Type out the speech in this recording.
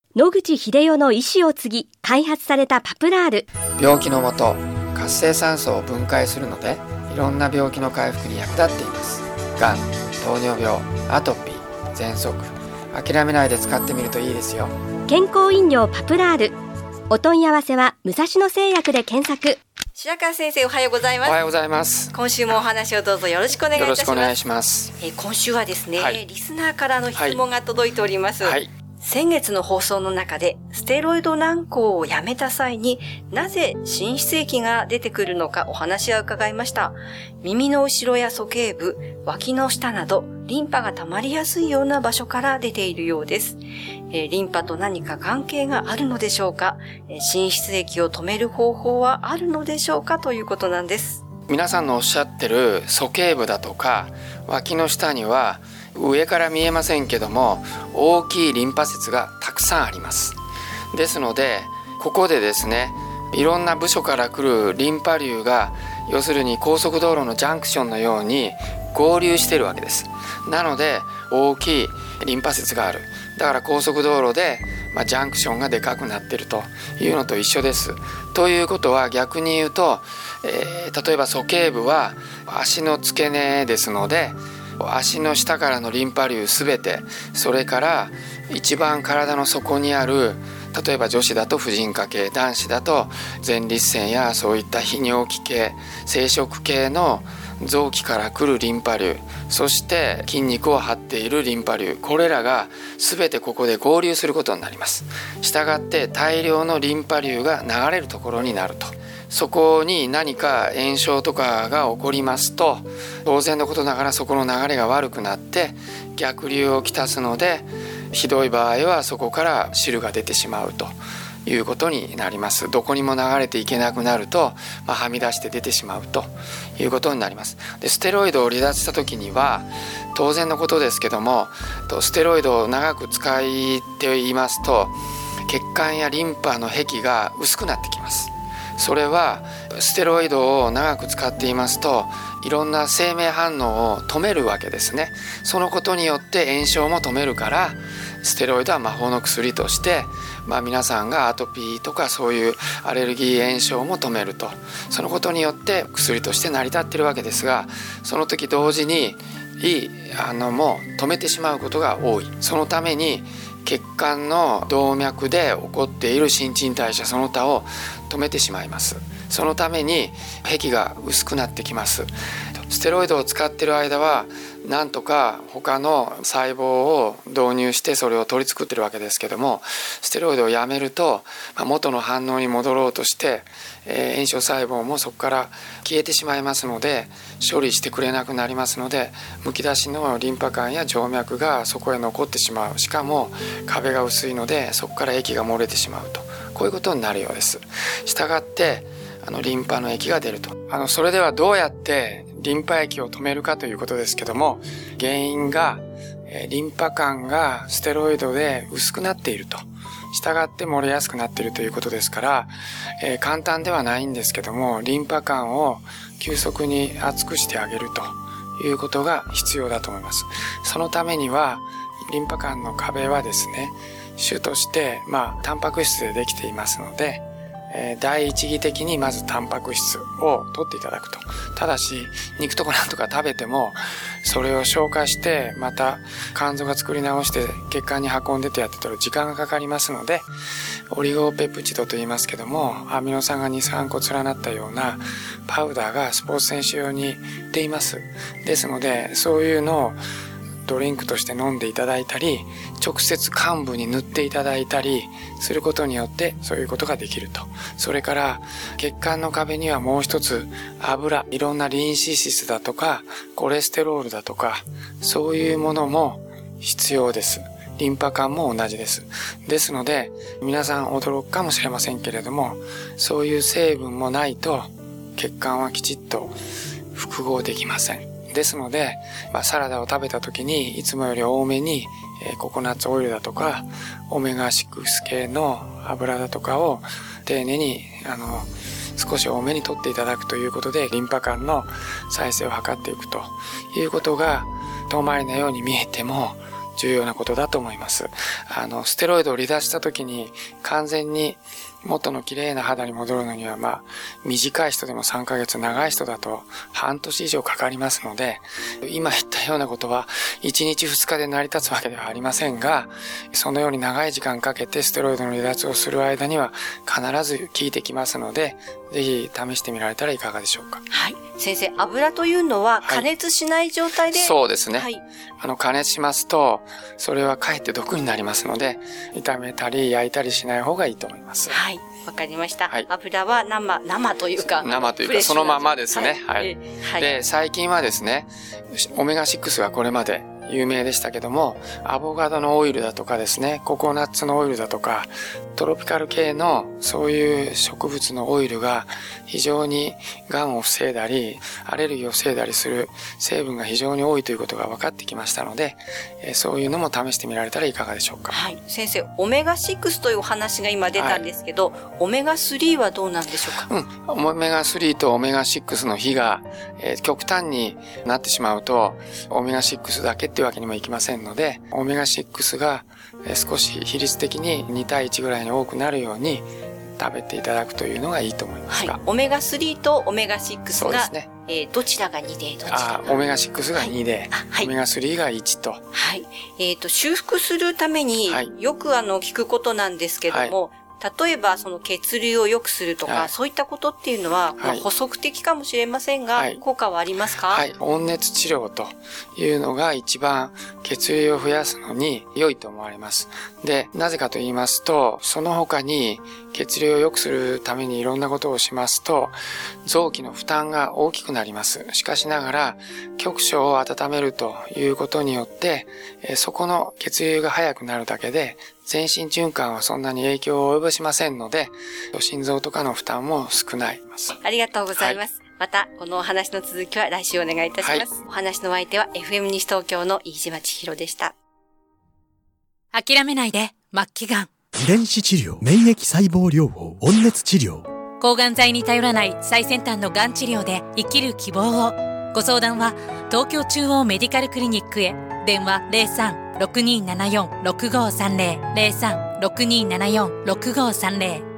野口英世の遺志を継ぎ開発されたパプラール。 病気のもと、活性酸素を分解するのでいろんな病気の回復に役立っています。がん、糖尿病、アトピー、喘息、諦めないで使ってみるといいですよ。 健康飲料パプラール。お問い合わせは武蔵野製薬で検索。 白川先生、おはようございます。 おはようございます。 今週もお話をどうぞよろしくお願いいたします。 よろしくお願いします。 今週はですね、 はい、 リスナーからの質問が届いております。 はい、 先月の放送の中でステロイド軟膏をやめた際になぜ心室液が出てくるのかお話は伺いました。耳の後ろや鼠径部、脇の下などリンパが溜まりやすいような場所から出ているようです。リンパと何か関係があるのでしょうか。心室液を止める方法はあるのでしょうか、ということなんです。 皆さんのおっしゃってる鼠径部だとか脇の下には上から見えませんけども大きいリンパ節がたくさんあります。ですのでここでですね、いろんな部署から来るリンパ流が要するに高速道路のジャンクションのように合流しているわけです。なので大きいリンパ節がある。だから高速道路で、ジャンクションがでかくなっているというのと一緒です。ということは逆に言うと、例えば鼠径部は足の付け根ですので足の下からのリンパ流すべて、それから一番体の底にある、例えば女子だと婦人科系、男子だと前立腺やそういった泌尿器系、生殖系の臓器から来るリンパ流、そして筋肉を張っているリンパ流、これらが全てここで合流することになります。したがって大量のリンパ流が流れるところになると。そこに何か炎症とかが起こりますと、当然のことながらそこの流れが悪くなって逆流をきたすので、ひどい場合はそこから汁が出てしまうということになります。どこにも流れていけなくなると、はみ出して出てしまうということになります。でステロイドを離脱した時には当然のことですけども、ステロイドを長く使っていますと血管やリンパの壁が薄くなってきます。それはステロイドを長く使っていますといろんな生命反応を止めるわけですね。そのことによって炎症も止めるから、ステロイドは魔法の薬として、皆さんがアトピーとかそういうアレルギー炎症も止めると、そのことによって薬として成り立っているわけですが、その時同時にも止めてしまうことが多い。そのために血管の動脈で起こっている新陳代謝その他を止めてしまいます。そのために壁が薄くなってきます。ステロイドを使っている間はなんとか他の細胞を導入してそれを取り作っているわけですけども、ステロイドをやめると元の反応に戻ろうとして炎症細胞もそこから消えてしまいますので、処理してくれなくなりますので、むき出しのリンパ管や静脈がそこへ残ってしまう。しかも壁が薄いのでそこから液が漏れてしまうと、こういうことになるようです。したがってリンパの液が出ると。それではどうやってリンパ液を止めるかということですけども、原因がリンパ管がステロイドで薄くなっていると。したがって漏れやすくなっているということですから、簡単ではないんですけども、リンパ管を急速に厚くしてあげるということが必要だと思います。そのためにはリンパ管の壁はですね、主としてタンパク質でできていますので、第一義的にまずタンパク質を取っていただくと。ただし肉とかなんとか食べてもそれを消化してまた肝臓が作り直して血管に運んでってやってたら時間がかかりますので、オリゴペプチドと言いますけども、アミノ酸が 2,3 個連なったようなパウダーがスポーツ選手用に売っています。ですのでそういうのをドリンクとして飲んでいただいたり、直接患部に塗っていただいたりすることによってそういうことができると。それから血管の壁にはもう一つ油、いろんなリン脂質だとかコレステロールだとかそういうものも必要です。リンパ管も同じです。ですので皆さん驚くかもしれませんけれども、そういう成分もないと血管はきちっと複合できません。ですので、サラダを食べた時にいつもより多めにココナッツオイルだとかオメガ6系の油だとかを丁寧に少し多めに取っていただくということで、リンパ管の再生を図っていくということが遠回りなように見えても重要なことだと思います。ステロイドを離脱した時に完全に元の綺麗な肌に戻るのには、短い人でも3ヶ月、長い人だと半年以上かかりますので、今言ったようなことは1日2日で成り立つわけではありませんが、そのように長い時間かけてステロイドの離脱をする間には必ず効いてきますので、ぜひ試してみられたらいかがでしょうか。 はい。先生、油というのは加熱しない状態で、 そうですね。 はい。 加熱しますと、それはかえって毒になりますので、炒めたり焼いたりしない方がいいと思います。 はい。わかりました。 はい、 油は生というか。 そのままですね。はい。 はい。 で、最近はですね、オメガ6がこれまで有名でしたけども、アボカドのオイルだとかですね、ココナッツのオイルだとか、トロピカル系のそういう植物のオイルが非常に癌を防いだり、アレルギーを防いだりする成分が非常に多いということが分かってきましたので、そういうのも試してみられたらいかがでしょうか。 はい。先生、オメガ6というお話が今出たんですけど、オメガ3はどうなんでしょうか。 オメガ3とオメガ6の比が、極端になってしまうと、オメガ6だけっていうわけにもいきませんので、オメガ6が少し比率的に2対1ぐらいに多くなるように食べていただくというのがいいと思いますが。 はい。オメガ3とオメガ6が、 そうですね。 どちらが2で、どちらがオメガ6が2で、 はい、 オメガ3が1と。 はい。修復するために、よく聞くことなんですけども、例えばその血流を良くするとか、そういったことっていうのは、補足的かもしれませんが、効果はありますか？ はい。温熱治療というのが一番血流を増やすのに良いと思われます。で、なぜかと言いますと、その他に血流を良くするためにいろんなことをしますと、臓器の負担が大きくなります。しかしながら、局所を温めるということによって、そこの血流が速くなるだけで、全身循環はそんなに影響を及ぼしませんので、心臓とかの負担も少ないです。 ありがとうございます。また、このお話の続きは来週お願いいたします。お話のお相手は FM 西東京の飯島千尋でした。 諦めないで、末期がん。 遺伝子治療、免疫細胞療法、温熱治療。 抗がん剤に頼らない最先端のがん治療で生きる希望を。ご相談は、東京中央メディカルクリニックへ。電話03-6274-6530。03-6274-6530。